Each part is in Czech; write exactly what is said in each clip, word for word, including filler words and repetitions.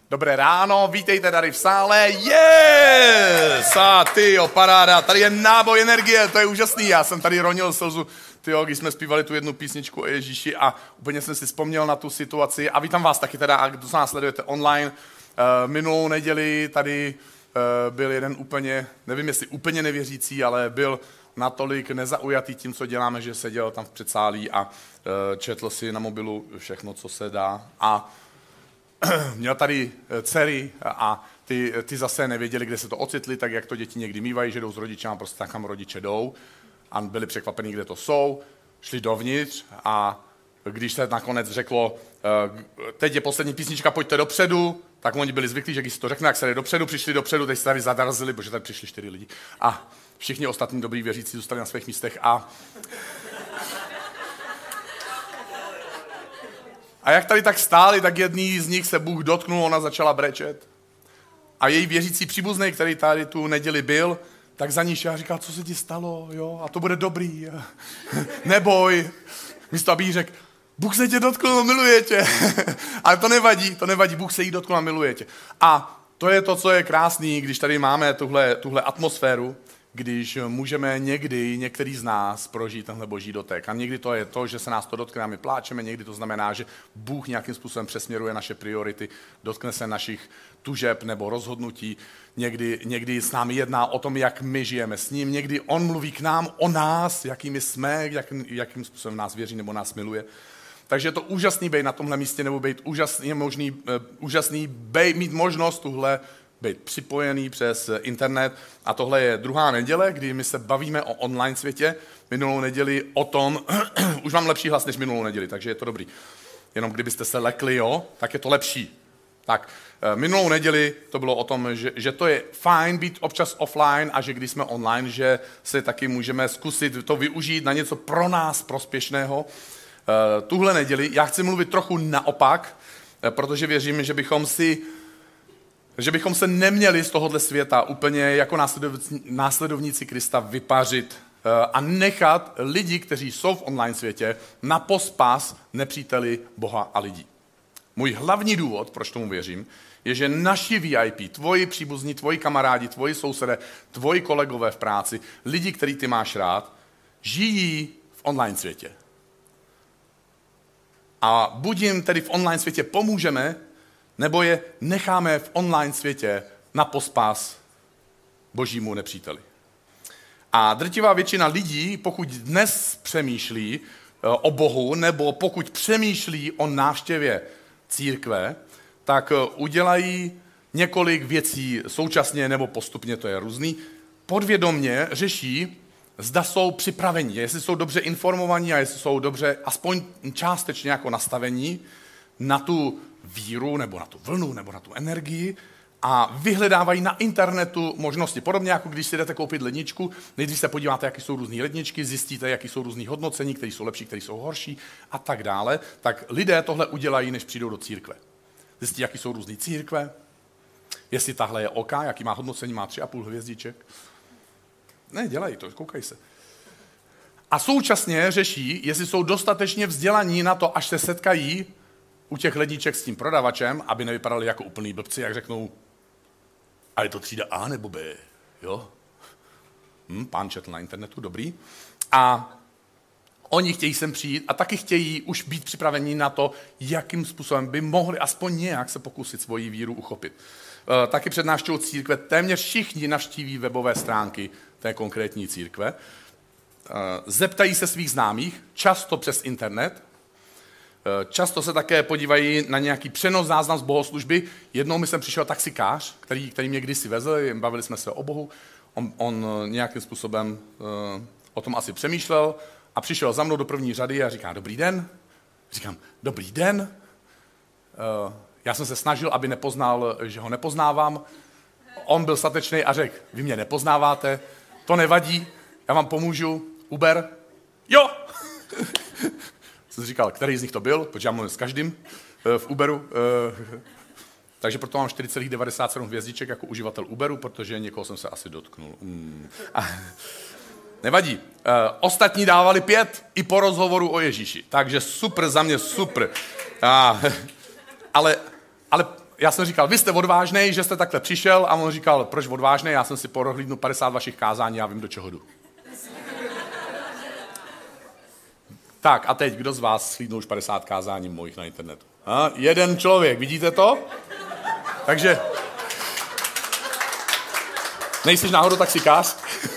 Dobré ráno, vítejte tady v sále. Yes! A tyjo, paráda, tady je náboj energie, to je úžasný. Já jsem tady ronil slzu, tyjo, když jsme zpívali tu jednu písničku o Ježíši a úplně jsem si vzpomněl na tu situaci. A vítám vás taky teda, a kdo se nás sledujete online. Uh, minulou neděli tady uh, byl jeden úplně, nevím jestli úplně nevěřící, ale byl natolik nezaujatý tím, co děláme, že seděl tam v předsálí a uh, četl si na mobilu všechno, co se dá. A měl tady dcery a ty, ty zase nevěděli, kde se to ocitli, tak jak to děti někdy mývají, že jdou s rodičem, prostě tak kam rodiče jdou a byli překvapení, kde to jsou, šli dovnitř a když se nakonec řeklo, teď je poslední písnička, pojďte dopředu, tak oni byli zvyklí, že když se to řekne, jak se jde dopředu, přišli dopředu, teď se tady zadarzili, protože tady přišli čtyři lidi a všichni ostatní dobrý věřící zůstali na svých místech a A jak tady tak stáli, tak jedný z nich se Bůh dotknul, ona začala brečet. A její věřící příbuzný, který tady tu neděli byl, tak za ní šel a říkal, co se ti stalo, jo, a to bude dobrý. Neboj. Místo, aby jí řekl, Bůh se tě dotknul, miluje tě. Ale to nevadí, to nevadí, Bůh se jí dotknul a miluje tě. A to je to, co je krásný, když tady máme tuhle, tuhle atmosféru, když můžeme někdy, některý z nás prožít tenhle boží dotek. A někdy to je to, že se nás to dotkne a my pláčeme, někdy to znamená, že Bůh nějakým způsobem přesměruje naše priority, dotkne se našich tužeb nebo rozhodnutí, někdy, někdy s námi jedná o tom, jak my žijeme s ním, někdy on mluví k nám o nás, jakými jsme, jak, jakým způsobem nás věří nebo nás miluje. Takže je to úžasný být na tomhle místě nebo být úžasný, možný, uh, úžasný být, mít možnost tuhle být připojený přes internet. A tohle je druhá neděle, kdy my se bavíme o online světě. Minulou neděli o tom, už mám lepší hlas než minulou neděli, takže je to dobrý. Jenom kdybyste se lekli, jo, tak je to lepší. Tak, minulou neděli to bylo o tom, že, že to je fajn být občas offline a že když jsme online, že se taky můžeme zkusit to využít na něco pro nás prospěšného. Tuhle neděli já chci mluvit trochu naopak, protože věřím, že bychom si že bychom se neměli z tohohle světa úplně jako následovníci Krista vypařit a nechat lidi, kteří jsou v online světě, na pospas nepříteli Boha a lidí. Můj hlavní důvod, proč tomu věřím, je, že naši V I P, tvoji příbuzní, tvoji kamarádi, tvoji sousedé, tvoji kolegové v práci, lidi, který ty máš rád, žijí v online světě. A buď jim tedy v online světě pomůžeme, nebo je necháme v online světě na pospas božímu nepříteli. A drtivá většina lidí, pokud dnes přemýšlí o Bohu, nebo pokud přemýšlí o návštěvě církve, tak udělají několik věcí současně nebo postupně, to je různý. Podvědomně řeší, zda jsou připraveni, jestli jsou dobře informovaní a jestli jsou dobře aspoň částečně jako nastavení na tu víru, nebo na tu vlnu, nebo na tu energii a vyhledávají na internetu možnosti. Podobně jako když si jdete koupit ledničku, nejdřív se podíváte, jaké jsou různé ledničky, zjistíte, jaké jsou různé hodnocení, které jsou lepší, které jsou horší a tak dále, tak lidé tohle udělají, než přijdou do církve. Zjistí, jaké jsou různé církve, jestli tahle je OK, jaký má hodnocení, má tři a půl hvězdiček. Ne, dělají to, koukaj se. A současně řeší, jestli jsou dostatečně vzdělaní na to, až se setkají u těch ledniček s tím prodavačem, aby nevypadali jako úplný blbci, jak řeknou, a je to třída A nebo B, jo? Hm, pán četl na internetu, dobrý. A oni chtějí sem přijít a taky chtějí už být připraveni na to, jakým způsobem by mohli aspoň nějak se pokusit svoji víru uchopit. E, taky před návštěvou církve téměř všichni navštíví webové stránky té konkrétní církve. E, zeptají se svých známých, často přes internet. Často se také podívají na nějaký přenos záznam z bohoslužby. Jednou mi sem přišel taxikář, který, který mě kdysi vezl, bavili jsme se o Bohu. On, on nějakým způsobem uh, o tom asi přemýšlel a přišel za mnou do první řady a říká, dobrý den. Říkám, dobrý den. Uh, já jsem se snažil, aby nepoznal, že ho nepoznávám. On byl statečný a řekl, vy mě nepoznáváte, to nevadí, já vám pomůžu. Uber? Jo! Jsem říkal, který z nich to byl, protože já mluvím s každým v Uberu. Takže proto mám čtyři celá devadesát sedm hvězdiček jako uživatel Uberu, protože někoho jsem se asi dotknul. Mm. Nevadí. Ostatní dávali pět i po rozhovoru o Ježíši. Takže super, za mě super. Ale, ale já jsem říkal, vy jste odvážnej, že jste takhle přišel, a on říkal, proč odvážnej, já jsem si prohlídnul padesát vašich kázání, já vím, do čeho jdu. Tak a teď, kdo z vás slídnul už padesát kázání mojich na internetu? A? Jeden člověk, vidíte to? Takže, nejsiš náhodou taxikář?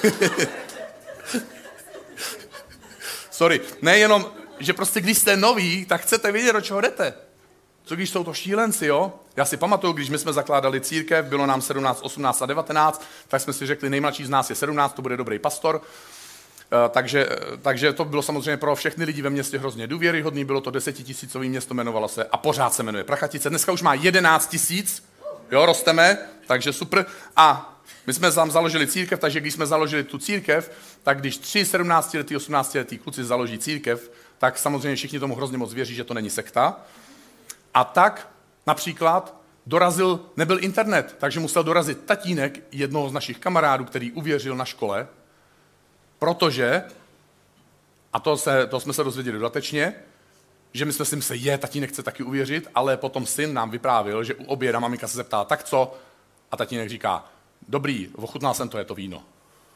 Sorry, nejenom, že prostě když jste noví, tak chcete vědět, do čeho jdete. Co když jsou to šílenci, jo? Já si pamatuju, když my jsme zakládali církev, bylo nám sedmnáct, osmnáct a devatenáct, tak jsme si řekli, nejmladší z nás je sedmnáct, to bude dobrý pastor. Takže, takže to bylo samozřejmě pro všechny lidi ve městě hrozně důvěryhodný, bylo to desetitisícový město, jmenovalo se a pořád se jmenuje Prachatice. Dneska už má jedenáct tisíc, jo, rosteme, takže super. A my jsme tam založili církev, takže když jsme založili tu církev, tak když tři sedmnáctiletí, osmnáctiletí kluci založí církev, tak samozřejmě všichni tomu hrozně moc věří, že to není sekta. A tak například dorazil, nebyl internet, takže musel dorazit tatínek jednoho z našich kamarádů, který uvěřil na škole, protože, a to, se, to jsme se dozvěděli dodatečně, že my jsme si mysleli, je, tatínek chce taky uvěřit, ale potom syn nám vyprávěl, že u oběda maminka se zeptala, tak co? A tatínek říká, dobrý, ochutnal jsem to, je to víno.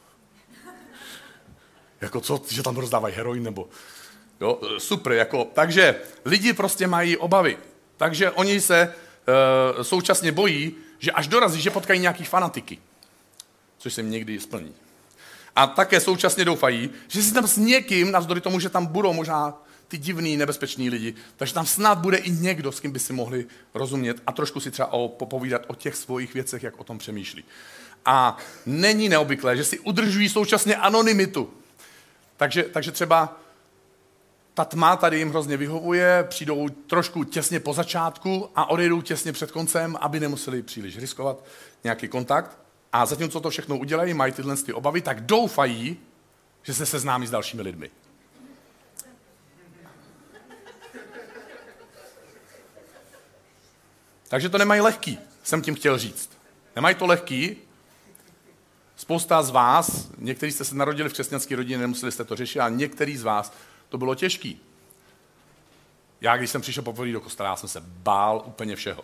Jako co, že tam rozdávají heroin, nebo... Jo, super, jako, takže lidi prostě mají obavy. Takže oni se e, současně bojí, že až dorazí, že potkají nějaký fanatiky. Což se jim někdy splní. A také současně doufají, že si tam s někým, navzdory tomu, že tam budou možná ty divný, nebezpeční lidi, takže tam snad bude i někdo, s kým by si mohli rozumět a trošku si třeba o, popovídat o těch svých věcech, jak o tom přemýšlí. A není neobvyklé, že si udržují současně anonymitu. Takže, takže třeba ta tma tady jim hrozně vyhovuje, přijdou trošku těsně po začátku a odejdou těsně před koncem, aby nemuseli příliš riskovat nějaký kontakt. A zatímco to všechno udělají, mají tyhle ty obavy, tak doufají, že se seznámí s dalšími lidmi. Takže to nemají lehký, jsem tím chtěl říct. Nemají to lehký. Spousta z vás, někteří jste se narodili v křesťanské rodině, nemuseli jste to řešit, a některý z vás to bylo těžký. Já, když jsem přišel poprvé do kostela, já jsem se bál úplně všeho.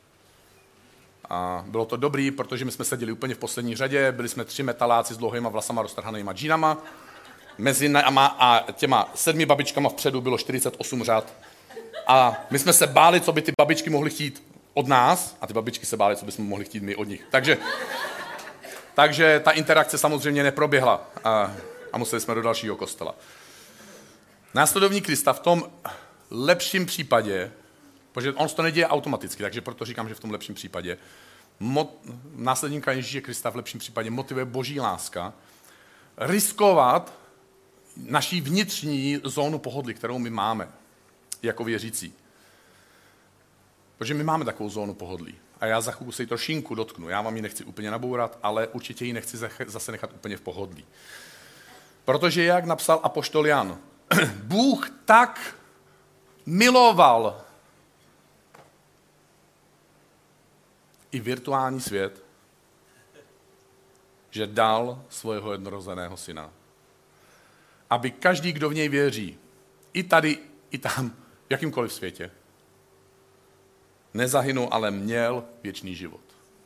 A bylo to dobrý, protože my jsme seděli úplně v poslední řadě, byli jsme tři metaláci s dlouhýma vlasama, roztrhanýma džínama. Mezi náma a těma sedmi babičkama vpředu bylo čtyřicet osm řad. A my jsme se báli, co by ty babičky mohly chtít od nás, a ty babičky se bály, co bychom mohli chtít my od nich. Takže, takže ta interakce samozřejmě neproběhla a, a museli jsme do dalšího kostela. Následovník Krista v tom lepším případě, protože on to neděje automaticky, takže proto říkám, že v tom lepším případě, mo- následníka Ježíše Krista v lepším případě motivuje boží láska, riskovat naší vnitřní zónu pohodlí, kterou my máme jako věřící. Protože my máme takovou zónu pohodlí. A já za chvíli se ji trošinku dotknu. Já vám ji nechci úplně nabourat, ale určitě ji nechci zase nechat úplně v pohodlí. Protože jak napsal apoštol Jan, Bůh tak miloval i virtuální svět, že dal svého jednorozeného syna. Aby každý, kdo v něj věří, i tady, i tam, v jakýmkoliv světě, nezahynul, ale měl věčný život.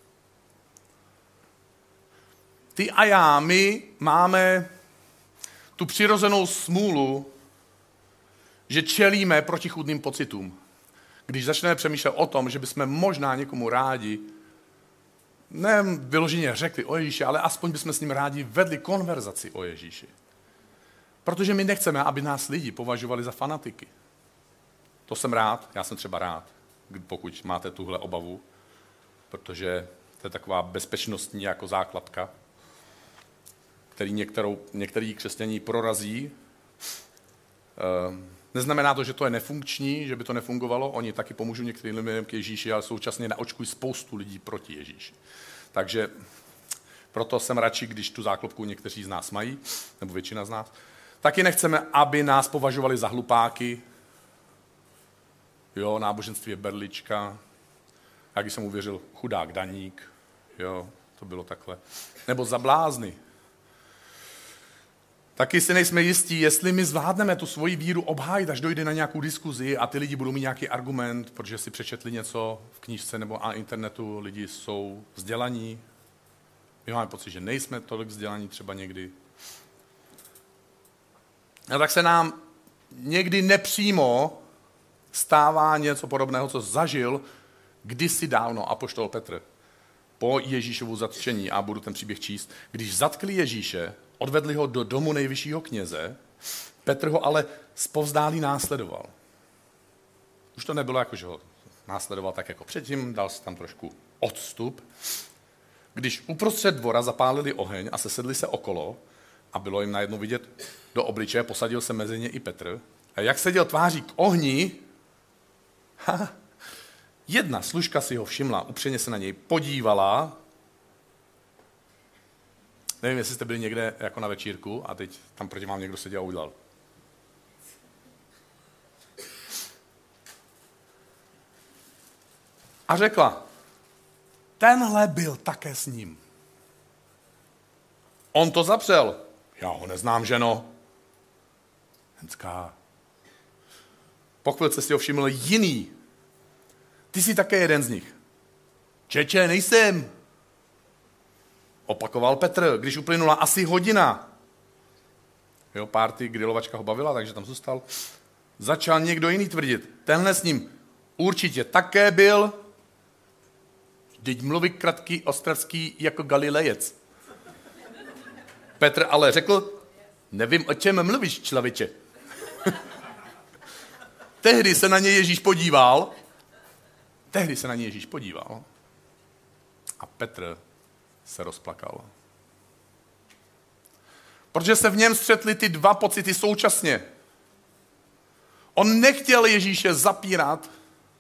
Ty a já, my máme tu přirozenou smůlu, že čelíme protichůdným pocitům. Když začneme přemýšlet o tom, že bychom možná někomu rádi, ne vyloženě řekli o Ježíši, ale aspoň bychom s ním rádi vedli konverzaci o Ježíši. Protože my nechceme, aby nás lidi považovali za fanatiky. To jsem rád, já jsem třeba rád, pokud máte tuhle obavu, protože to je taková bezpečnostní jako základka, který některou, některý křesťaní prorazí. Neznamená to, že to je nefunkční, že by to nefungovalo. Oni taky pomůžou některým lidem k Ježíši, ale současně naočkují spoustu lidí proti Ježíši. Takže proto jsem radši, když tu záklopku někteří z nás mají, nebo většina z nás. Taky nechceme, aby nás považovali za hlupáky. Jo, náboženství je berlička. Jak jsem uvěřil, chudák daník. Jo, to bylo takhle. Nebo za blázny. Taky si nejsme jistí, jestli my zvládneme tu svoji víru obhájit, až dojde na nějakou diskuzi a ty lidi budou mít nějaký argument, protože si přečetli něco v knížce nebo na internetu, lidi jsou vzdělaní. My máme pocit, že nejsme tolik vzdělaní třeba někdy. A tak se nám někdy nepřímo stává něco podobného, co zažil kdysi dávno apoštol Petr po Ježíšovu zatčení, a budu ten příběh číst. Když zatkli Ježíše, odvedli ho do domu nejvyššího kněze, Petr ho ale zpovzdálí následoval. Už to nebylo jako, že ho následoval tak jako předtím, dal si tam trošku odstup. Když uprostřed dvora zapálili oheň a sesedli se okolo a bylo jim najednou vidět do obličeje, posadil se mezi ně i Petr. A jak seděl tváří k ohni, ha, jedna služka si ho všimla, upřeně se na něj podívala. Nevím, jestli jste byli někde jako na večírku a teď tam proti vám někdo seděl a udělal. A řekla, tenhle byl také s ním. On to zapřel. Já ho neznám, ženo. Henská. Po chvilce si ho všiml jiný. Ty jsi také jeden z nich. Čeče, nejsem. Opakoval Petr, když uplynula asi hodina. Jo, party, grilovačka ho bavila, takže tam zůstal. Začal někdo jiný tvrdit. Tenhle s ním určitě také byl. Vždyť mluví kratký ostravský jako Galilejec. Petr ale řekl, nevím, o čem mluvíš, člověče. Tehdy se na něj Ježíš podíval. Tehdy se na něj Ježíš podíval. A Petr se rozplakal. Protože se v něm střetly ty dva pocity současně. On nechtěl Ježíše zapírat,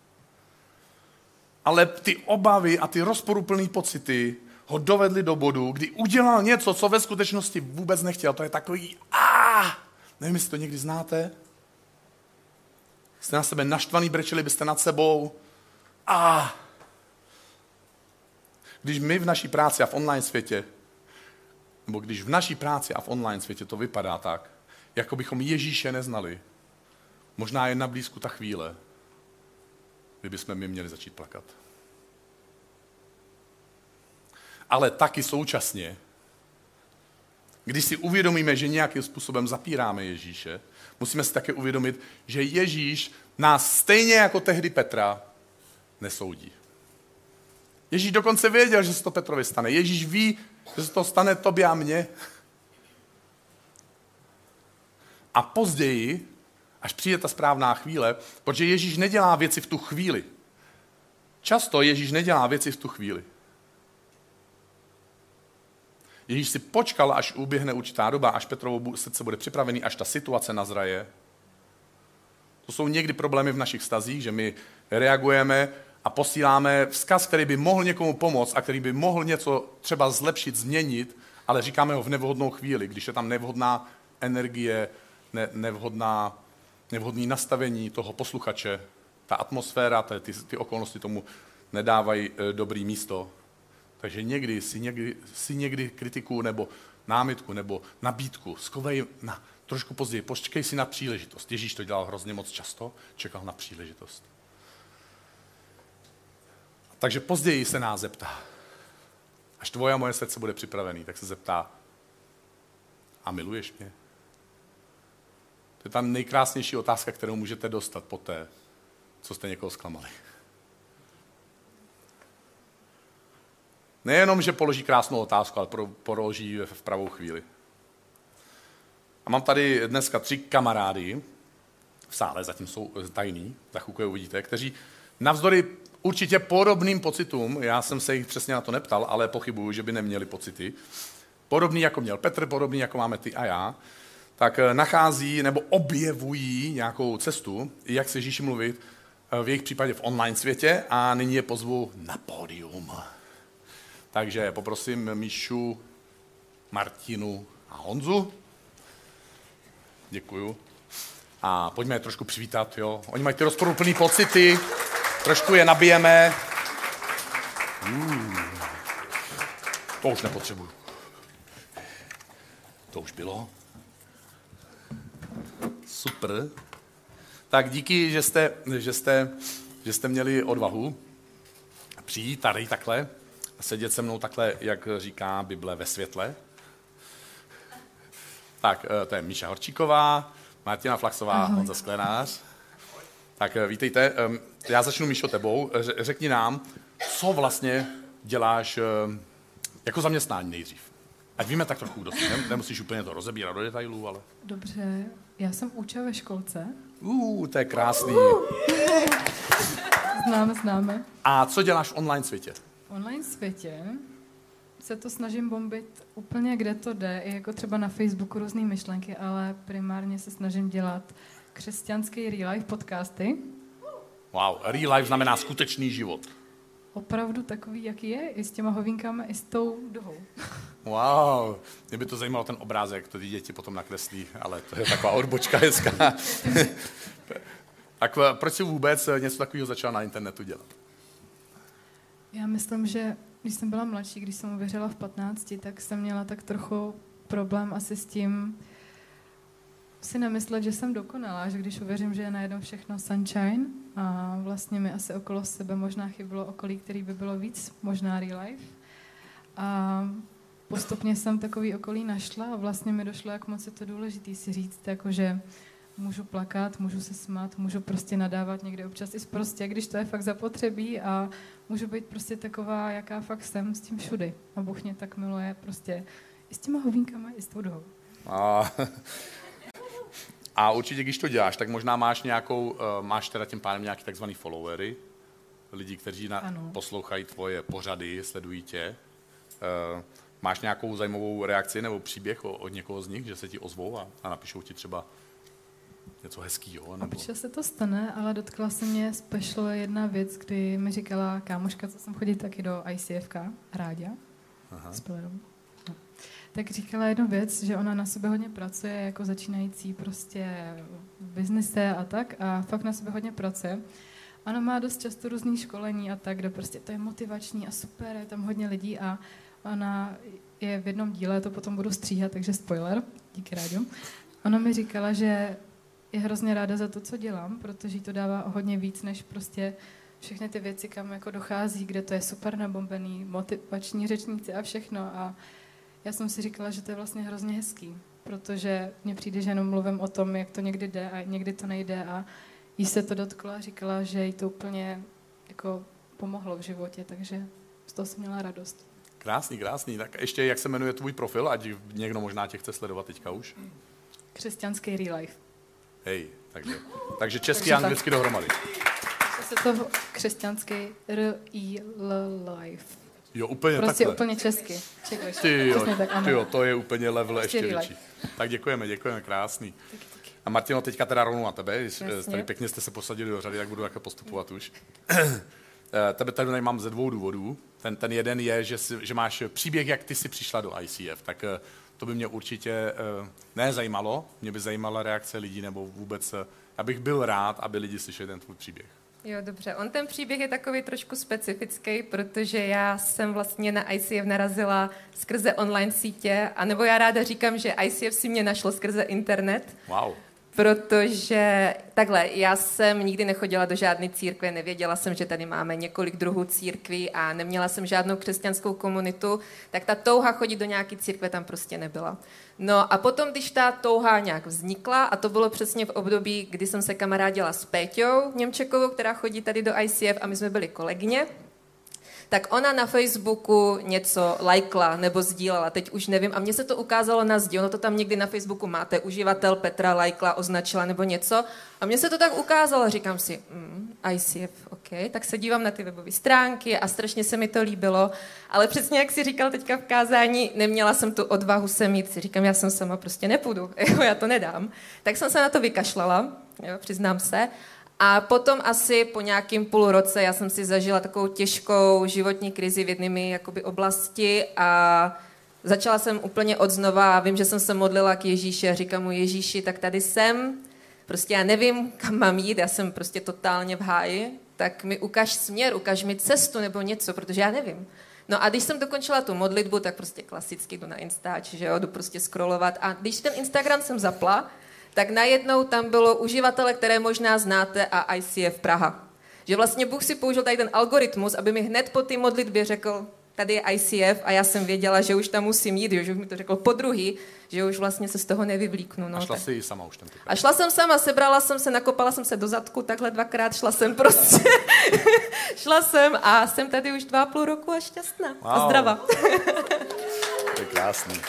ale ty obavy a ty rozporuplné pocity ho dovedly do bodu, kdy udělal něco, co ve skutečnosti vůbec nechtěl. To je takový ah! Nevím, jestli to někdy znáte. Jste na sebe naštvaný, brečeli byste nad sebou. Ah! Když my v naší práci a v online světě, nebo když v naší práci a v online světě to vypadá tak, jako bychom Ježíše neznali, možná je na blízku ta chvíle, kdybychom my měli začít plakat. Ale taky současně, když si uvědomíme, že nějakým způsobem zapíráme Ježíše, musíme si také uvědomit, že Ježíš nás stejně jako tehdy Petra nesoudí. Ježíš dokonce věděl, že se to Petrovi stane. Ježíš ví, že se to stane tobě a mně. A později, až přijde ta správná chvíle, protože Ježíš nedělá věci v tu chvíli. Často Ježíš nedělá věci v tu chvíli. Ježíš si počkal, až uběhne určitá doba, až Petrovo srdce bude připravený, až ta situace nazraje. To jsou někdy problémy v našich vztazích, že my reagujeme a posíláme vzkaz, který by mohl někomu pomoct a který by mohl něco třeba zlepšit, změnit, ale říkáme ho v nevhodnou chvíli, když je tam nevhodná energie, ne, nevhodná, nevhodné nastavení toho posluchače, ta atmosféra, ty, ty okolnosti tomu nedávají e, dobrý místo. Takže někdy si, někdy si někdy kritiku nebo námitku nebo nabídku schovej na trošku později, počkej si na příležitost. Ježíš to dělal hrozně moc často, čekal na příležitost. Takže později se nás zeptá. Až tvoje a moje srdce bude připravený, tak se zeptá, a miluješ mě? To je ta nejkrásnější otázka, kterou můžete dostat poté, co jste někoho zklamali. Nejenom, že položí krásnou otázku, ale položí v pravou chvíli. A mám tady dneska tři kamarády, v sále zatím jsou tajný, za chvilku je uvidíte, kteří navzdory určitě podobným pocitům, já jsem se jich přesně na to neptal, ale pochybuju, že by neměli pocity, podobný jako měl Petr, podobný jako máme ty a já, tak nachází nebo objevují nějakou cestu, jak se Ježíši mluvit, v jejich případě v online světě, a nyní je pozvu na pódium. Takže poprosím Míšu, Martinu a Honzu. Děkuju. A pojďme je trošku přivítat, jo. Oni mají ty rozporuplný pocity, trošku je nabijeme. Hmm. To už nepotřebuju. To už bylo. Super. Tak díky, že jste, že jste, že jste měli odvahu přijít tady takhle a sedět se mnou takhle, jak říká Bible, ve světle. Tak, to je Míša Horčíková, Martina Flaxová, Honza Sklenář. Tak vítejte. Já začnu, Míšo, tebou. Řekni nám, co vlastně děláš jako zaměstnání nejdřív. Ať víme tak trochu, kdo jsi. Nemusíš úplně to rozebírat do detailů, ale... Dobře, já jsem učil ve školce. Uh, to je krásný. Uh. Známe, známe. A co děláš v online světě? V online světě se to snažím bombit úplně kde to jde, i jako třeba na Facebooku různý myšlenky, ale primárně se snažím dělat křesťanský real life podcasty. Wow, real life znamená skutečný život. Opravdu takový, jaký je, i s těma hovinkami, i s tou duhou. Wow, mě by to zajímalo ten obrázek, to ty děti potom nakreslí, ale to je taková odbočka hezká. Tak proč jsi vůbec něco takového začala na internetu dělat? Já myslím, že když jsem byla mladší, když jsem uvěřila v patnácti, tak jsem měla tak trochu problém asi s tím si nemyslet, že jsem dokonalá, že když uvěřím, že je najednou všechno sunshine a vlastně mi asi okolo sebe možná chybilo okolí, který by bylo víc možná real life. A postupně jsem takový okolí našla a vlastně mi došlo, jak moc je to důležitý si říct, jakože můžu plakat, můžu se smát, můžu prostě nadávat někde občas i prostě, když to je fakt zapotřebí a můžu být prostě taková, jaká fakt jsem s tím všudy. A Bůh mě tak miluje prostě i s těma hovínkama, i s tou duhou. A, a určitě, když to děláš, tak možná máš nějakou, máš teda tím pádem nějaký takzvaný followery, lidi, kteří na, poslouchají tvoje pořady, sledují tě. Uh, máš nějakou zajímavou reakci nebo příběh od někoho z nich, že se ti ozvou a, a napíšou ti třeba něco hezkýho? Nebo... Občas se to stane, ale dotkla se mě special jedna věc, kdy mi říkala kámoška, co jsem chodit taky do I C F K, Rádia, s Pilarem. No. Tak říkala jednu věc, že ona na sebe hodně pracuje, jako začínající prostě v biznise a tak, a fakt na sebe hodně pracuje. Ona má dost často různý školení a tak, kde prostě to je motivační a super, je tam hodně lidí a ona je v jednom díle, to potom budu stříhat, takže spoiler, díky rádiu. Ona mi říkala, že je hrozně ráda za to, co dělám, protože jí to dává o hodně víc, než prostě všechny ty věci, kam jako dochází, kde to je super nabombený, motivační řečníci a všechno. A já jsem si říkala, že to je vlastně hrozně hezký, protože mně přijde, že jenom mluvím o tom, jak to někdy jde a někdy to nejde a jí se to dotklo a říkala, že jí to úplně jako pomohlo v životě, takže z toho jsem měla radost. Krásný, krásný. Tak ještě, jak se jmenuje tvůj profil, ať někdo možná tě chce sledovat teďka už? Křesťanský real life. Hej, takže, takže česky a anglicky dohromady. Se to křesťanský R I L life. Jo, úplně prostě takhle. Úplně česky. Čekaj, ty, jo, tak, ty jo, to je úplně level prostě ještě větší. Tak děkujeme, děkujeme, krásný. Taky, taky. A Martino, teďka teda rovnou na tebe. Jasně. Tady pěkně jste se posadili do řady, jak budu také postupovat už. Tebe tady mám ze dvou důvodů. Ten, ten jeden je, že, si, že máš příběh, jak ty jsi přišla do I C F. Tak to by mě určitě ne zajímalo. Mě by zajímala reakce lidí, nebo vůbec, já bych byl rád, aby lidi slyšeli ten tvůj příběh. Jo, dobře. On ten příběh je takový trošku specifický, protože já jsem vlastně na I C F narazila skrze online sítě, anebo já ráda říkám, že I C F si mě našlo skrze internet. Wow. Protože takhle, já jsem nikdy nechodila do žádné církve, nevěděla jsem, že tady máme několik druhů církví a neměla jsem žádnou křesťanskou komunitu, tak ta touha chodit do nějaké církve tam prostě nebyla. No a potom, když ta touha nějak vznikla, a to bylo přesně v období, kdy jsem se kamarádila s Péťou Němčekovou, která chodí tady do I C F a my jsme byli kolegyně, tak ona na Facebooku něco lajkla nebo sdílela, teď už nevím, a mně se to ukázalo na zdi, ono to tam někdy na Facebooku máte, uživatel Petra lajkla, označila nebo něco, a mně se to tak ukázalo, říkám si, mm, I C F, ok, tak se dívám na ty webové stránky a strašně se mi to líbilo, ale přesně jak si říkal teďka v kázání, neměla jsem tu odvahu sem jít, si říkám, já jsem sama prostě nepůjdu, já to nedám, tak jsem se na to vykašlala, jo, přiznám se. A potom asi po nějakým půl roce já jsem si zažila takovou těžkou životní krizi v jedné jakoby oblasti a začala jsem úplně odznova a vím, že jsem se modlila k Ježíši a říkám mu, Ježíši, tak tady jsem, prostě já nevím, kam mám jít, já jsem prostě totálně v háji, tak mi ukaž směr, ukaž mi cestu nebo něco, protože já nevím. No a když jsem dokončila tu modlitbu, tak prostě klasicky jdu na Instač, že jo, jdu prostě scrollovat a když ten Instagram jsem zapla, tak najednou tam bylo uživatele, které možná znáte, a I C F Praha. Že vlastně Bůh si použil tady ten algoritmus, aby mi hned po té modlitbě řekl, tady je I C F, a já jsem věděla, že už tam musím jít, že už mi to řekl po druhý, že už vlastně se z toho nevyvlíknu. No, a šla tak. jsi sama už tentokrát. A šla jsem sama, sebrala jsem se, nakopala jsem se do zadku, takhle dvakrát, šla jsem prostě. šla jsem a jsem tady už dva a půl roku a šťastná. Wow. A zdravá. To je krásný.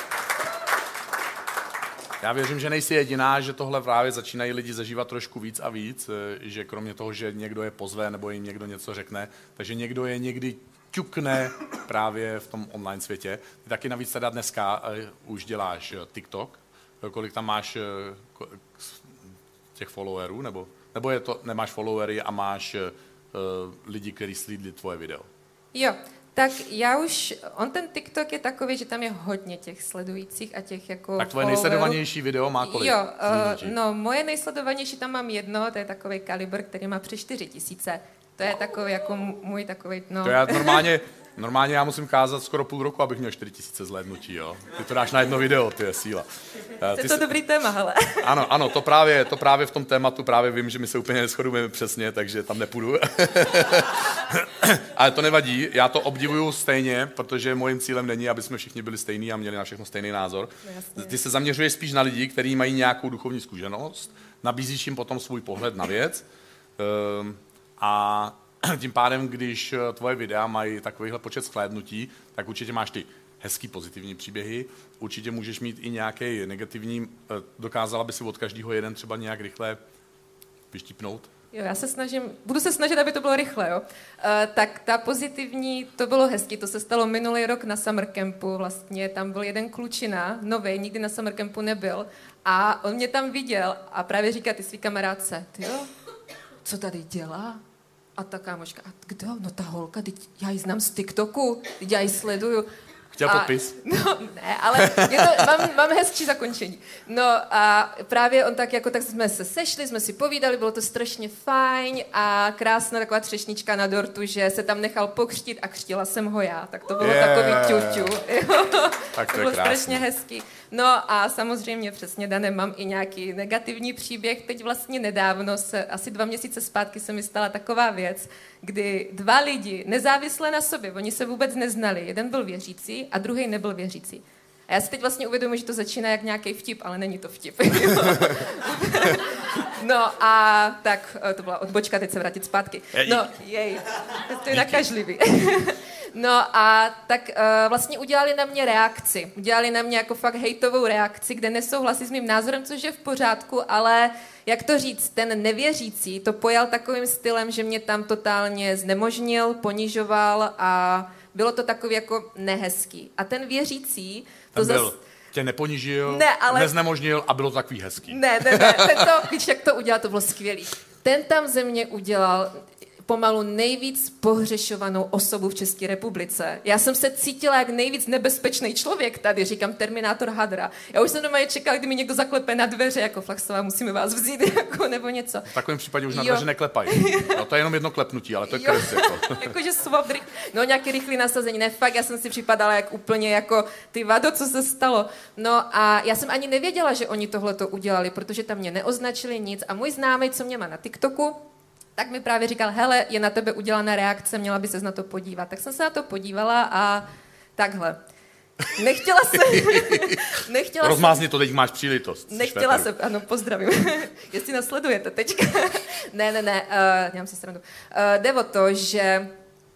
Já věřím, že nejsi jediná, že tohle právě začínají lidi zažívat trošku víc a víc, že kromě toho, že někdo je pozve nebo jim někdo něco řekne, takže někdo je někdy ťukne právě v tom online světě. Ty taky navíc teda dneska uh, už děláš TikTok. Kolik tam máš uh, těch followerů? Nebo, nebo je to, nemáš followery a máš uh, lidi, kteří slídli tvoje video? Jo, tak já už, on ten TikTok je takový, že tam je hodně těch sledujících a těch jako Tak tvoje followerů. Nejsledovanější video má kolik? Jo, uh, no moje nejsledovanější tam mám jedno, to je takový kalibr, který má přes čtyři tisíce. To je takový jako můj takový, no. To já normálně, normálně já musím kázat skoro půl roku, abych měl čtyři tisíce zhlédnutí, jo. Ty to dáš na jedno video, to je síla. Ty je to jsi... dobrý téma, hele. Ano, ano, to právě, to právě v tom tématu právě vím, že my se úplně neshodujeme přesně, takže tam nepůjdu. Ale to nevadí, já to obdivuju stejně, protože mojím cílem není, aby jsme všichni byli stejní a měli na všechno stejný názor. No, ty se zaměřuješ spíš na lidi, kteří mají nějakou duchovní zkušenost, nabízíš jim potom svůj pohled na věc. Um, A tím pádem, když tvoje videa mají takovýhle počet shlédnutí, tak určitě máš ty hezký pozitivní příběhy, určitě můžeš mít i nějaký negativní, dokázala by si od každého jeden třeba nějak rychle vyštípnout? Jo, já se snažím, budu se snažit, aby to bylo rychle, jo. Uh, tak ta pozitivní, to bylo hezky, to se stalo minulý rok na summer campu, vlastně tam byl jeden klučina, novej, nikdy na summer campu nebyl, a on mě tam viděl a právě říká ty svý kamarádce, ty jo, co tady dělá? A ta kámoška, a kdo? No ta holka, teď já ji znám z TikToku, teď já ji sleduju. Chtěl a, podpis? No, ne, ale je to, mám, mám hezčí zakončení. No a právě on tak jako, tak jsme se sešli, jsme si povídali, bylo to strašně fajn a krásná taková třešnička na dortu, že se tam nechal pokřtít a křtila jsem ho já. Tak to bylo yeah. takový ťuťu. Tak to, to bylo krásný. Strašně hezký. No a samozřejmě přesně dané mám i nějaký negativní příběh. Teď vlastně nedávno, se, asi dva měsíce zpátky se mi stala taková věc, kdy dva lidi, nezávisle na sobě, oni se vůbec neznali. Jeden byl věřící a druhý nebyl věřící. A já si teď vlastně uvědomuji, že to začíná jak nějaký vtip, ale není to vtip. No a tak, to byla odbočka, teď se vrátit zpátky. No, jej, to je nakažlivý. No a tak uh, vlastně udělali na mě reakci. Udělali na mě jako fakt hejtovou reakci, kde nesouhlasí s mým názorem, což je v pořádku, ale jak to říct, ten nevěřící to pojal takovým stylem, že mě tam totálně znemožnil, ponižoval a bylo to takový jako nehezký. A ten věřící... To ten byl, zas... tě neponižil, ne, ale... neznemožnil a bylo to takový hezký. Ne, ne, ne, ten to, víš, jak to udělal, to bylo skvělý. Ten tam ze mě udělal pomalu nejvíc pohřešovanou osobu v České republice. Já jsem se cítila jak nejvíc nebezpečný člověk tady, říkám Terminátor Hadra. Já už jsem doma je čekala, kdy mi někdo zaklepe na dveře, jako Flaxová, musíme vás vzít, jako, nebo něco. V takovém případě už na dveře neklepají. No, to je jenom jedno klepnutí, ale to je kres. Jako. Jakože swap, no nějaký rychlý nasazení, ne, fakt, já jsem si připadala jak úplně jako ty vado, co se stalo. No a já jsem ani nevěděla, že oni tohle to udělali, protože tam mě neoznačili nic a můj známý, co mě má na TikToku, tak mi právě říkal, hele, je na tebe udělaná reakce, měla by ses na to podívat. Tak jsem se na to podívala a takhle. Nechtěla jsem... nechtěla Rozmázni to, teď máš příležitost. Nechtěla jsem, ano, pozdravím. Jestli nasledujete teďka. ne, ne, ne, uh, nemám si srandu. Uh, jde o to, že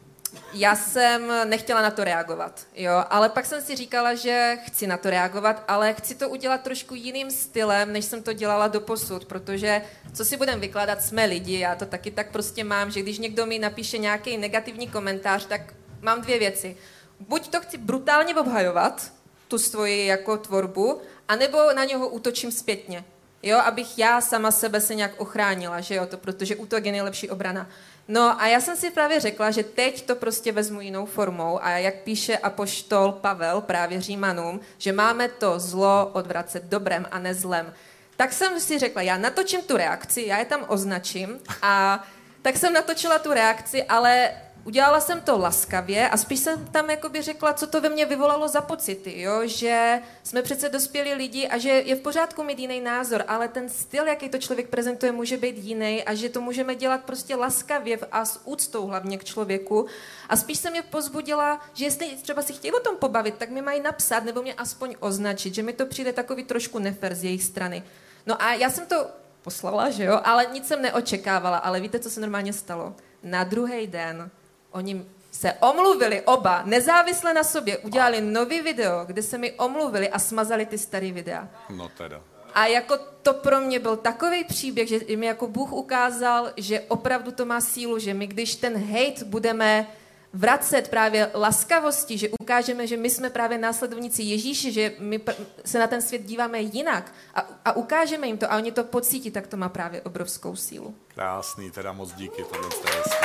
já jsem nechtěla na to reagovat, jo, ale pak jsem si říkala, že chci na to reagovat, ale chci to udělat trošku jiným stylem, než jsem to dělala doposud, protože, co si budem vykládat, jsme lidi, já to taky tak prostě mám, že když někdo mi napíše nějaký negativní komentář, tak mám dvě věci. Buď to chci brutálně obhajovat, tu svoji jako tvorbu, anebo na něho útočím zpětně, jo, abych já sama sebe se nějak ochránila, že jo, to, protože útok je nejlepší obrana. No a já jsem si právě řekla, že teď to prostě vezmu jinou formou a jak píše apoštol Pavel právě Římanům, že máme to zlo odvracet dobrem a ne zlem. Tak jsem si řekla, já natočím tu reakci, já je tam označím a tak jsem natočila tu reakci, ale udělala jsem to laskavě a spíš jsem tam jakoby řekla, co to ve mně vyvolalo za pocity, jo? Že jsme přece dospělí lidi a že je v pořádku mít jiný názor, ale ten styl, jaký to člověk prezentuje, může být jiný a že to můžeme dělat prostě laskavě a s úctou hlavně k člověku. A spíš jsem je pozbudila, že jestli třeba si chtějí o tom pobavit, tak mi mají napsat nebo mě aspoň označit, že mi to přijde takový trošku nefér z jejich strany. No a já jsem to poslala, že jo, ale nic jsem neočekávala, ale víte, co se normálně stalo? Na druhý den oni se omluvili oba, nezávisle na sobě, udělali nový video, kde se mi omluvili a smazali ty starý videa. No teda. A jako to pro mě byl takový příběh, že mi jako Bůh ukázal, že opravdu to má sílu, že my když ten hejt budeme vracet právě laskavostí, že ukážeme, že my jsme právě následovníci Ježíše, že my se na ten svět díváme jinak a, a ukážeme jim to a oni to pocítí, tak to má právě obrovskou sílu. Krásný, teda moc díky, tohle je hezký.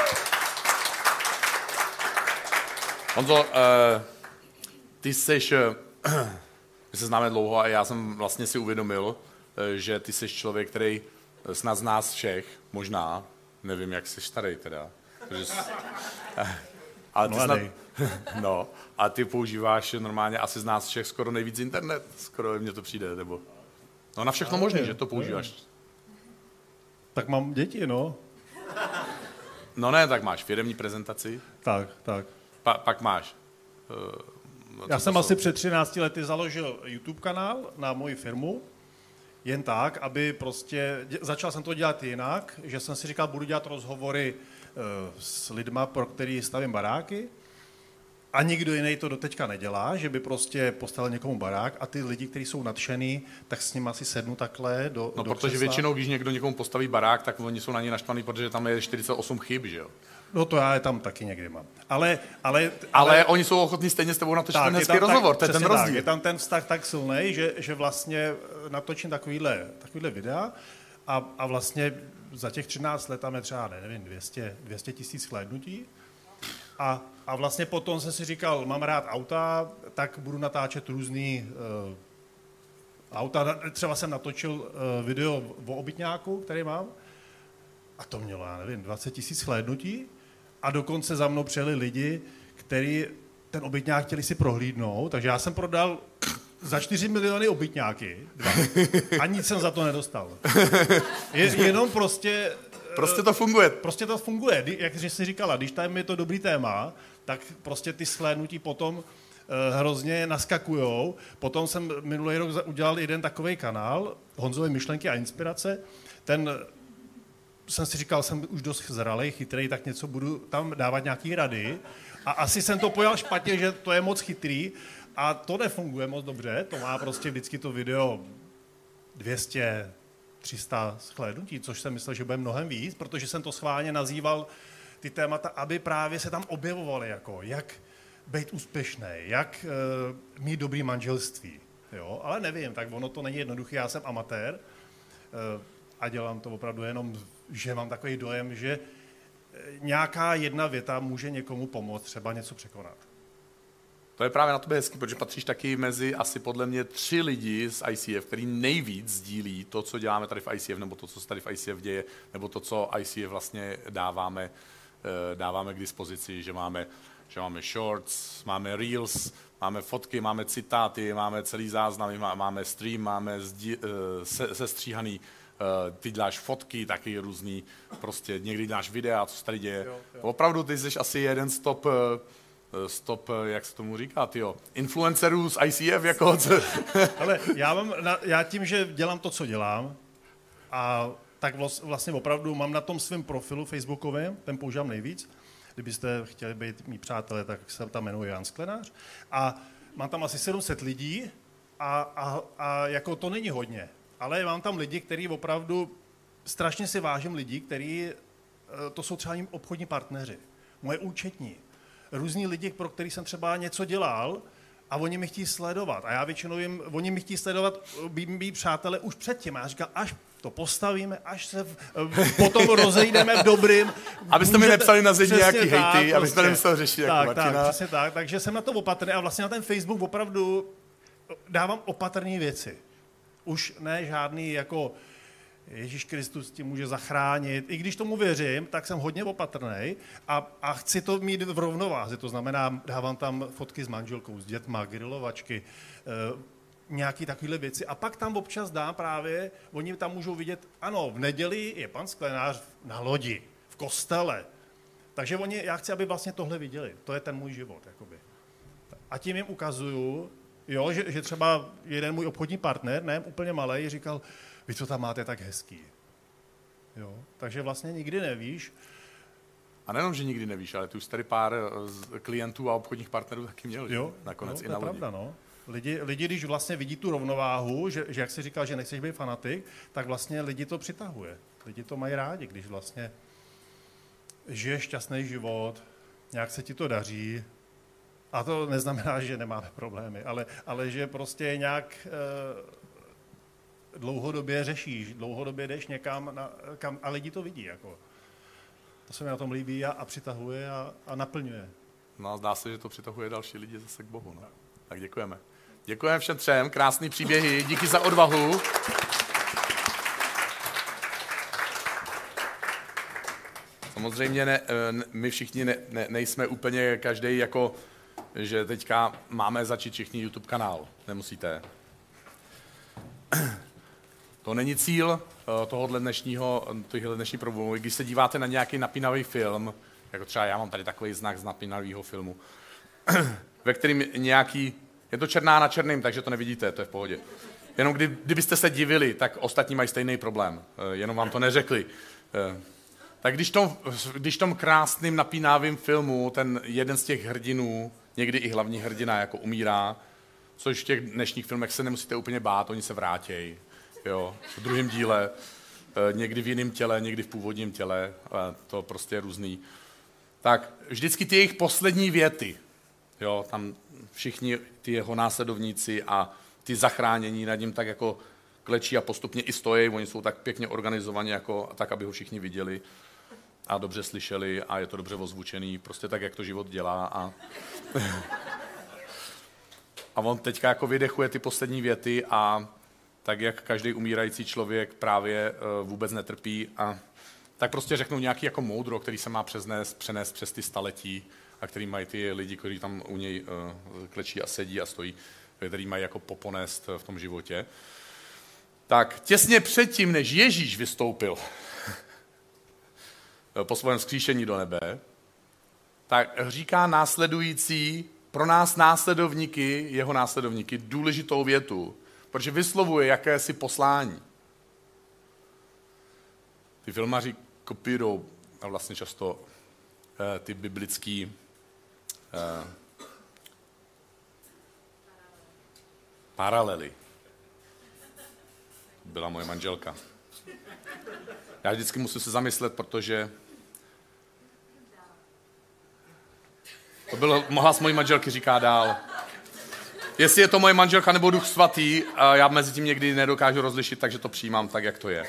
Honzo, uh, ty seš, uh, my se známe dlouho a já jsem vlastně si uvědomil, uh, že ty seš člověk, který snad z nás všech, možná, nevím, jak seš starý teda, protože jsi, uh, ale ty snad, no, a ty používáš normálně asi z nás všech skoro nejvíc internet, skoro mně to přijde, nebo, no na všechno možný, že to používáš. Tak mám děti, no. No ne, tak máš firemní prezentaci. Tak, tak. Pa, pak máš. Uh, no Já jsem jsou? asi před třinácti lety založil YouTube kanál na moji firmu, jen tak, aby prostě, začal jsem to dělat jinak, že jsem si říkal, budu dělat rozhovory uh, s lidma, pro který stavím baráky a nikdo jiný to doteďka nedělá, že by prostě postavil někomu barák a ty lidi, kteří jsou nadšený, tak s nimi asi sednu takhle do No do protože křesla. většinou, když někdo někomu postaví barák, tak oni jsou na něj naštvaný, protože tam je čtyřicet osm chyb, že jo? No to já je tam taky někdy mám. Ale, ale, ale, ale oni jsou ochotní stejně s tebou natočit ten hezký rozhovor, to je ten rozdíl. Tak, je tam ten vztah tak silný, že, že vlastně natočím takovýhle, takovýhle videa a, a vlastně za těch třináct let tam je třeba, nevím, dvě stě tisíc shlédnutí. A, a vlastně potom jsem si říkal, mám rád auta, tak budu natáčet různý uh, auta. Třeba jsem natočil uh, video o obytňáku, který mám. A to mělo, já nevím, dvacet tisíc shlédnutí. A dokonce za mnou přijeli lidi, kteří ten obytňák chtěli si prohlídnout. Takže já jsem prodal za čtyři miliony obytňáky. Dva. A nic jsem za to nedostal. Je, jenom prostě... Prostě to funguje. Prostě to funguje. Jak jsi říkala, když tam je to dobrý téma, tak prostě ty shlédnutí potom uh, hrozně naskakujou. Potom jsem minulý rok udělal jeden takovej kanál, Honzové myšlenky a inspirace. Ten jsem si říkal, jsem už dost zralej, chytrý, tak něco budu tam dávat nějaký rady. A asi jsem to pojal špatně, že to je moc chytrý a to nefunguje moc dobře. To má prostě vždycky to video dvě stě, tři sta shlédnutí, což jsem myslel, že bude mnohem víc, protože jsem to schválně nazýval ty témata, aby právě se tam objevovaly, jako jak být úspěšný, jak uh, mít dobrý manželství. Jo? Ale nevím, tak ono to není jednoduché, já jsem amatér uh, a dělám to opravdu jenom, že mám takový dojem, že nějaká jedna věta může někomu pomoct třeba něco překonat. To je právě na tobě hezký, protože patříš taky mezi asi podle mě tři lidi z I C F, který nejvíc sdílí to, co děláme tady v I C F, nebo to, co se tady v I C F děje, nebo to, co I C F vlastně dáváme, dáváme k dispozici, že máme, že máme shorts, máme reels, máme fotky, máme citáty, máme celý záznam, máme stream, máme zdi, se, sestříhaný, ty děláš fotky, taky různý, prostě někdy děláš videa, co se tady děje. Jo, jo. Opravdu ty jsi asi jeden z top, stop, jak se tomu říká, tyjo, influencerů z I C F, jako... Ale já, mám, já tím, že dělám to, co dělám, a tak vlastně opravdu mám na tom svém profilu facebookovém, ten používám nejvíc, kdybyste chtěli být mý přátelé, tak se tam jmenuji Jan Sklenář, a mám tam asi sedm set lidí a, a, a jako to není hodně, ale mám tam lidi, kteří opravdu, strašně si vážím lidí, kteří, to jsou třeba obchodní partneři, moje účetní, různí lidi, pro který jsem třeba něco dělal a oni mi chtějí sledovat. A já většinou jim, oni mi chtějí sledovat, bí, bí přátelé už předtím. A já říkám, až to postavíme, až se v, potom rozejdeme v dobrým. Abyste mi nepsali na zemi nějaký hejty, prostě. abyste nemusel řešit jako tak, Martina. Tak, přesně tak. Takže jsem na to opatrný a vlastně na ten Facebook opravdu dávám opatrné věci. Už ne žádný jako Ježíš Kristus tě může zachránit. I když tomu věřím, tak jsem hodně opatrnej a, a chci to mít v rovnováze. To znamená, dávám tam fotky s manželkou, s dětma, grilovačky, e, nějaký takovéhle věci. A pak tam občas dám právě, oni tam můžou vidět, ano, v neděli je pan Sklenář na lodi, v kostele. Takže oni, já chci, aby vlastně tohle viděli. To je ten můj život. Jakoby. A tím jim ukazuju, jo, že, že třeba jeden můj obchodní partner, ne, úplně malej, říkal, vy to tam máte tak hezký. Jo, takže vlastně nikdy nevíš. A nejenom, že nikdy nevíš, ale ty už tady pár klientů a obchodních partnerů taky měl, jo, nakonec no, i na lodi. To je pravda, no. Lidi, lidi, když vlastně vidí tu rovnováhu, že, že jak jsi říkal, že nechceš být fanatik, tak vlastně lidi to přitahuje. Lidi to mají rádi, když vlastně žiješ šťastný život, nějak se ti to daří. A to neznamená, že nemáme problémy, ale, ale že prostě nějak e, dlouhodobě řešíš, dlouhodobě jdeš někam na, kam, a lidi to vidí. Jako. To se mi na tom líbí a, a přitahuje a, a naplňuje. No a zdá se, že to přitahuje další lidi zase k Bohu. No. Tak děkujeme. Děkujeme všem třem, krásný příběhy, díky za odvahu. Samozřejmě ne, my všichni ne, ne, nejsme úplně každý jako, že teďka máme začít všichni YouTube kanál. Nemusíte. To není cíl tohohle dnešního, tohohle dnešní problému. Když se díváte na nějaký napínavý film, jako třeba já mám tady takový znak z napínavého filmu, ve kterým nějaký, je to černá na černým, takže to nevidíte, to je v pohodě. Jenom kdy, kdybyste se divili, tak ostatní mají stejný problém, jenom vám to neřekli. Tak když tom, když tom krásným napínavým filmu ten jeden z těch hrdinů, někdy i hlavní hrdina, jako umírá, což v těch dnešních filmech se nemusíte úplně bát, oni se vrátějí. Jo, v druhém díle, někdy v jiném těle, někdy v původním těle, to prostě je různý. Tak vždycky ty jejich poslední věty, jo, tam všichni ty jeho následovníci a ty zachránění nad ním tak jako klečí a postupně i stojí, oni jsou tak pěkně organizovaní, jako, tak, aby ho všichni viděli a dobře slyšeli a je to dobře ozvučený, prostě tak, jak to život dělá. A, a on teďka jako vydechuje ty poslední věty a tak, jak každý umírající člověk právě uh, vůbec netrpí a tak prostě řeknou nějaký jako moudro, který se má přenést, přenést přes ty staletí a který mají ty lidi, kteří tam u něj uh, klečí a sedí a stojí, který mají jako poponést v tom životě. Tak těsně předtím, než Ježíš vystoupil po svém vzkříšení do nebe, tak říká následující pro nás následovníky, jeho následovníky, důležitou větu, protože vyslovuje jakési poslání. Ty filmaři kopírují a vlastně často eh, ty biblický eh, paralely. Byla moje manželka. Já vždycky musím se zamyslet, protože to bylo, hlas mojí manželky říká dál. Jestli je to moje manželka nebo Duch Svatý, a já mezi tím někdy nedokážu rozlišit, takže to přijímám tak, jak to je.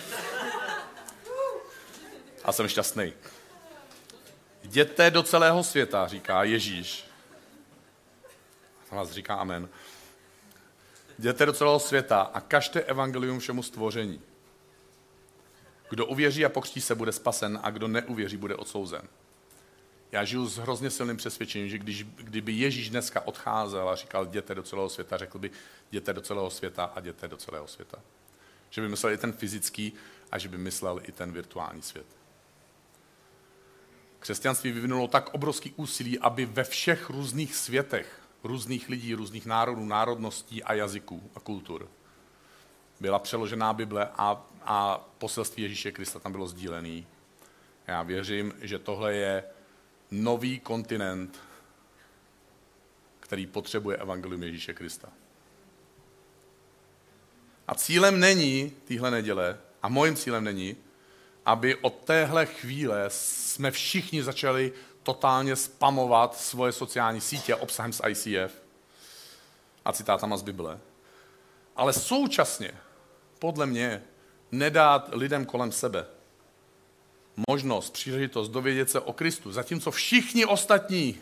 A jsem šťastný. Jděte do celého světa, říká Ježíš. A vás říká amen. Jděte do celého světa a kažte evangelium všemu stvoření. Kdo uvěří a pokřtí se, bude spasen a kdo neuvěří, bude odsouzen. Já žiju s hrozně silným přesvědčením, že když, kdyby Ježíš dneska odcházel a říkal jděte do celého světa, řekl by jděte do celého světa a jděte do celého světa. Že by myslel i ten fyzický a že by myslel i ten virtuální svět. Křesťanství vyvinulo tak obrovský úsilí, aby ve všech různých světech, různých lidí, různých národů, národností a jazyků a kultur byla přeložená Bible a, a poselství Ježíše Krista tam bylo sdílený. Já věřím, že tohle je nový kontinent, který potřebuje evangelium Ježíše Krista. A cílem není téhle neděle, a mojím cílem není, aby od téhle chvíle jsme všichni začali totálně spamovat svoje sociální sítě obsahem z I C F a citátama z Bible. Ale současně, podle mě, nedát lidem kolem sebe možnost, příležitost dovědět se o Kristu, zatímco všichni ostatní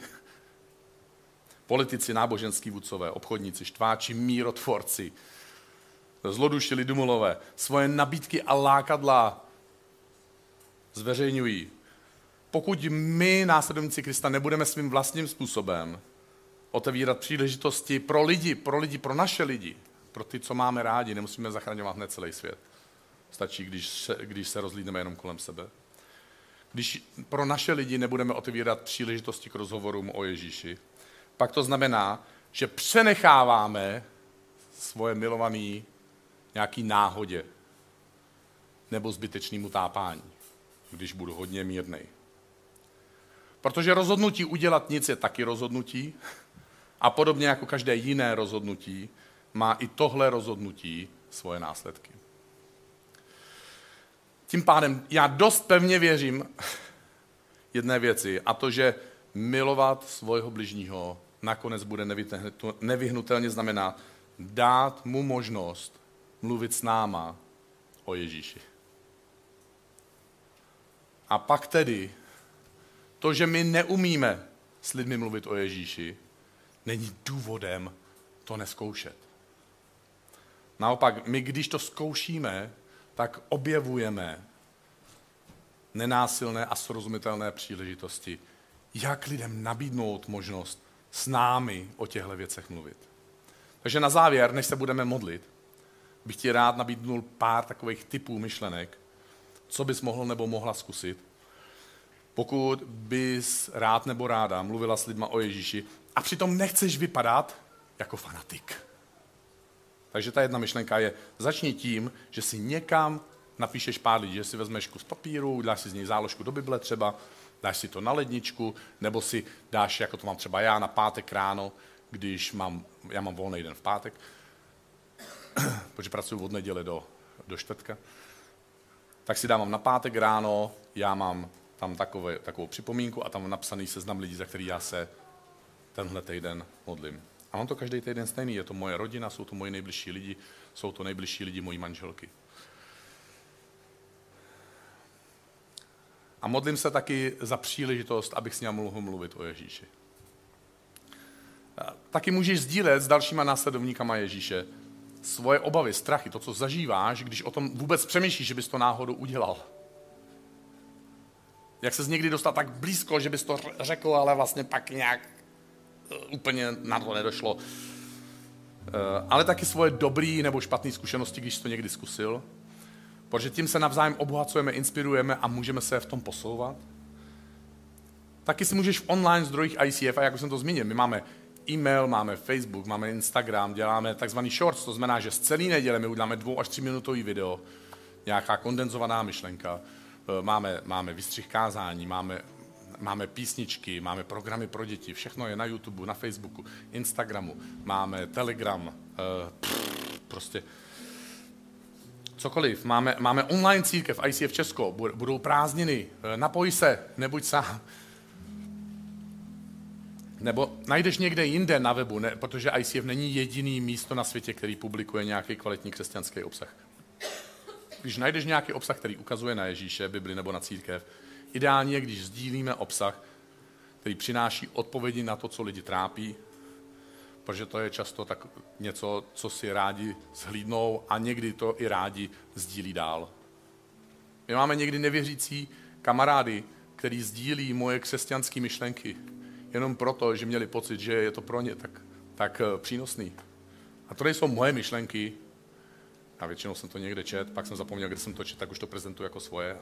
politici, náboženský vůdcové, obchodníci, štváči, mírotvorci, zloduši, lidumilové, svoje nabídky a lákadla zveřejňují. Pokud my, následovníci Krista, nebudeme svým vlastním způsobem otevírat příležitosti pro lidi, pro lidi, pro naše lidi, pro ty, co máme rádi, nemusíme zachraňovat hned celý svět. Stačí, když se, když se rozhlídneme jenom kolem sebe. Když pro naše lidi nebudeme otevírat příležitosti k rozhovorům o Ježíši, pak to znamená, že přenecháváme svoje milovaný nějaký náhodě nebo zbytečnému tápání, když budu hodně mírnej. Protože rozhodnutí udělat nic je taky rozhodnutí a podobně jako každé jiné rozhodnutí má i tohle rozhodnutí svoje následky. Tím pádem já dost pevně věřím jedné věci, a to, že milovat svého bližního nakonec bude nevyhnutelně znamenat dát mu možnost mluvit s náma o Ježíši. A pak tedy to, že my neumíme s lidmi mluvit o Ježíši, není důvodem to nezkoušet. Naopak, my když to zkoušíme, tak objevujeme nenásilné a srozumitelné příležitosti, jak lidem nabídnout možnost s námi o těchto věcech mluvit. Takže na závěr, než se budeme modlit, bych ti rád nabídnul pár takových typů myšlenek, co bys mohl nebo mohla zkusit, pokud bys rád nebo ráda mluvila s lidma o Ježíši a přitom nechceš vypadat jako fanatik. Takže ta jedna myšlenka je, začni tím, že si někam napíšeš pár lidí, že si vezmeš kus papíru, dáš si z něj záložku do Bible třeba, dáš si to na ledničku, nebo si dáš, jako to mám třeba já, na pátek ráno, když mám, já mám volný den v pátek, protože pracuji od neděle do, do čtvrtka, tak si dávám na pátek ráno, já mám tam takové, takovou připomínku a tam napsaný seznam lidí, za který já se tenhle týden modlím. A mám to každý týden stejný, je to moje rodina, jsou to moji nejbližší lidi, jsou to nejbližší lidi mojí manželky. A modlím se taky za příležitost, abych s ním mohl mluvit o Ježíši. Taky můžeš sdílet s dalšíma následovníkama Ježíše svoje obavy, strachy, to, co zažíváš, když o tom vůbec přemýšlíš, že bys to náhodou udělal. Jak ses někdy dostal tak blízko, že bys to řekl, ale vlastně pak nějak úplně na to nedošlo. Ale taky svoje dobrý nebo špatné zkušenosti, když jsi to někdy zkusil. Protože tím se navzájem obohacujeme, inspirujeme a můžeme se v tom posouvat. Taky si můžeš v online zdrojích I C F, a jak už jsem to zmínil, my máme e-mail, máme Facebook, máme Instagram, děláme takzvaný shorts, to znamená, že z celé neděle my uděláme dvou až tři minutový video, nějaká kondenzovaná myšlenka, máme, máme výstřih kázání, máme, máme písničky, máme programy pro děti, všechno je na YouTube, na Facebooku, Instagramu, máme Telegram, pff, prostě cokoliv. Máme, máme online církev I C F Česko, budou prázdniny, napoj se, nebuď sám. Nebo najdeš někde jinde na webu, ne, protože I C F není jediný místo na světě, který publikuje nějaký kvalitní křesťanský obsah. Když najdeš nějaký obsah, který ukazuje na Ježíše, Bibli nebo na církev, ideálně je, když sdílíme obsah, který přináší odpovědi na to, co lidi trápí, protože to je často tak něco, co si rádi zhlídnou a někdy to i rádi sdílí dál. My máme někdy nevěřící kamarády, který sdílí moje křesťanské myšlenky, jenom proto, že měli pocit, že je to pro ně tak, tak přínosný. A to nejsou moje myšlenky, a většinou jsem to někde čet, pak jsem zapomněl, kde jsem to čet, tak už to prezentuji jako svoje.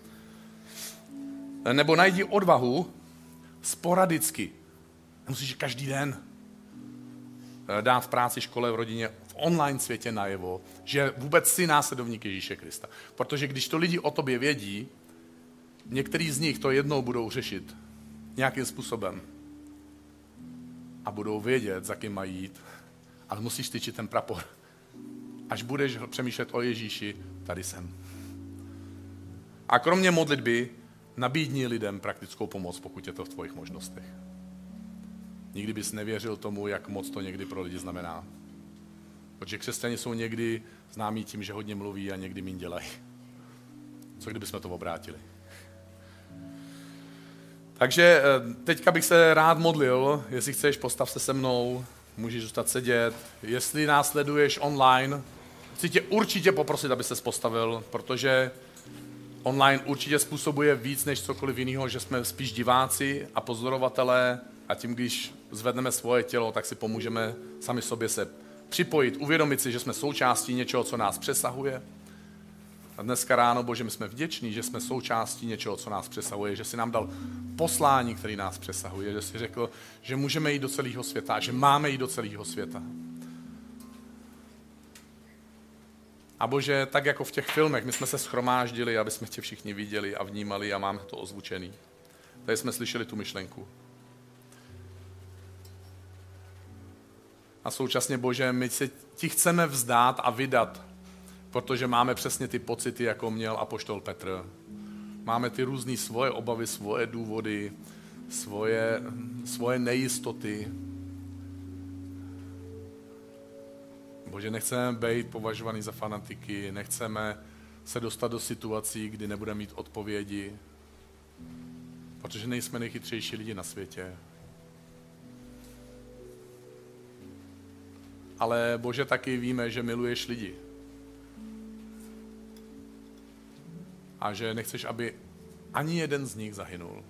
Nebo najdi odvahu sporadicky. Nemusíš každý den dát v práci, škole, v rodině, v online světě najevo, že vůbec jsi následovník Ježíše Krista. Protože když to lidi o tobě vědí, některý z nich to jednou budou řešit nějakým způsobem a budou vědět, za kým mají jít, ale musíš tyčit ten prapor. Až budeš přemýšlet o Ježíši, tady jsem. A kromě modlitby nabídni lidem praktickou pomoc, pokud je to v tvojich možnostech. Nikdy bys nevěřil tomu, jak moc to někdy pro lidi znamená. Protože křesťané jsou někdy známí tím, že hodně mluví a někdy míň dělají. Co kdybychom to obrátili? Takže teďka bych se rád modlil, jestli chceš, postav se se mnou, můžeš zůstat sedět. Jestli nás sleduješ online, chci tě určitě poprosit, aby ses postavil, protože online určitě způsobuje víc než cokoliv jiného, že jsme spíš diváci a pozorovatelé a tím, když zvedneme svoje tělo, tak si pomůžeme sami sobě se připojit, uvědomit si, že jsme součástí něčeho, co nás přesahuje. A dneska ráno, Bože, my jsme vděční, že jsme součástí něčeho, co nás přesahuje, že jsi nám dal poslání, který nás přesahuje, že jsi řekl, že můžeme jít do celého světa, že máme jít do celého světa. A Bože, tak jako v těch filmech, my jsme se shromáždili, aby jsme tě všichni viděli a vnímali a máme to ozvučený. Tady jsme slyšeli tu myšlenku. A současně, Bože, my se ti chceme vzdát a vydat, protože máme přesně ty pocity, jako měl apoštol Petr. Máme ty různé svoje obavy, svoje důvody, svoje, svoje nejistoty. Bože, nechceme být považovaný za fanatiky, nechceme se dostat do situací, kdy nebudeme mít odpovědi, protože nejsme nejchytřejší lidi na světě. Ale Bože, taky víme, že miluješ lidi. A že nechceš, aby ani jeden z nich zahynul.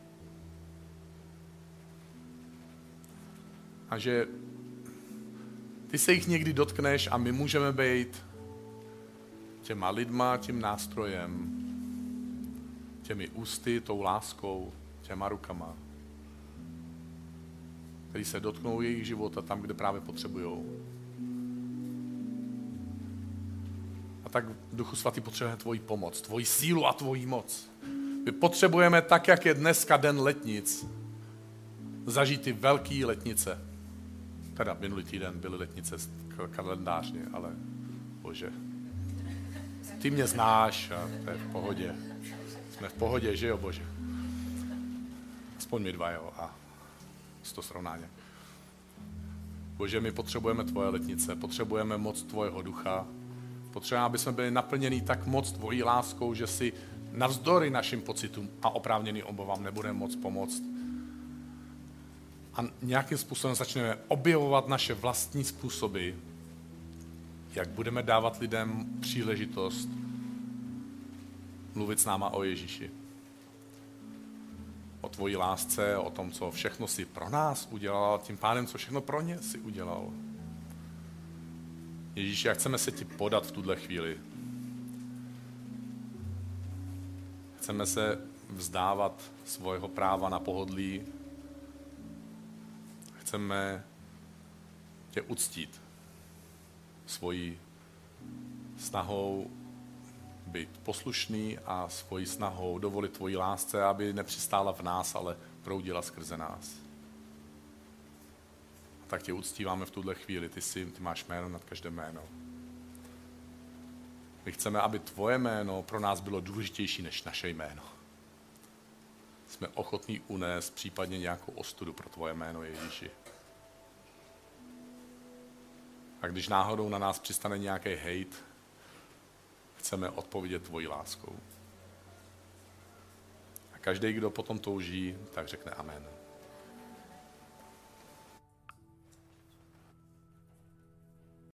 A že ty se jich někdy dotkneš a my můžeme být těma lidma, tím nástrojem, těmi ústy, tou láskou, těma rukama, který se dotknou jejich života tam, kde právě potřebujou. A tak, Duchu Svatý, potřebujeme tvoji pomoc, tvoji sílu a tvoji moc. My potřebujeme, tak jak je dneska den letnic, zažít ty velký letnice. Teda minulý týden byly letnice kalendářně, ale Bože, ty mě znáš a to je v pohodě. Jsme v pohodě, že jo, Bože? Aspoň my dva, jo, a z to srovnání. Bože, my potřebujeme tvoje letnice, potřebujeme moc tvojho ducha, potřebujeme, aby jsme byli naplněni tak moc tvojí láskou, že si navzdory našim pocitům a oprávněným obavám nebudeme moc pomoct. A nějakým způsobem začneme objevovat naše vlastní způsoby, jak budeme dávat lidem příležitost mluvit s náma o Ježíši. O tvojí lásce, o tom, co všechno si pro nás udělal, tím pádem, co všechno pro ně si udělal. Ježíši, jak chceme se ti podat v tuhle chvíli. Chceme se vzdávat svého práva na pohodlí. Chceme tě uctít svojí snahou být poslušný a svojí snahou dovolit tvojí lásce, aby nepřistála v nás, ale proudila skrze nás. A tak tě uctíváme v tuhle chvíli. Ty, jsi, ty máš jméno nad každé jméno. My chceme, aby tvoje jméno pro nás bylo důležitější než naše jméno. Jsme ochotní unést případně nějakou ostudu pro tvoje jméno, Ježíši. A když náhodou na nás přistane nějaký hejt, chceme odpovědět tvojí láskou. A každý, kdo potom touží, tak řekne amen.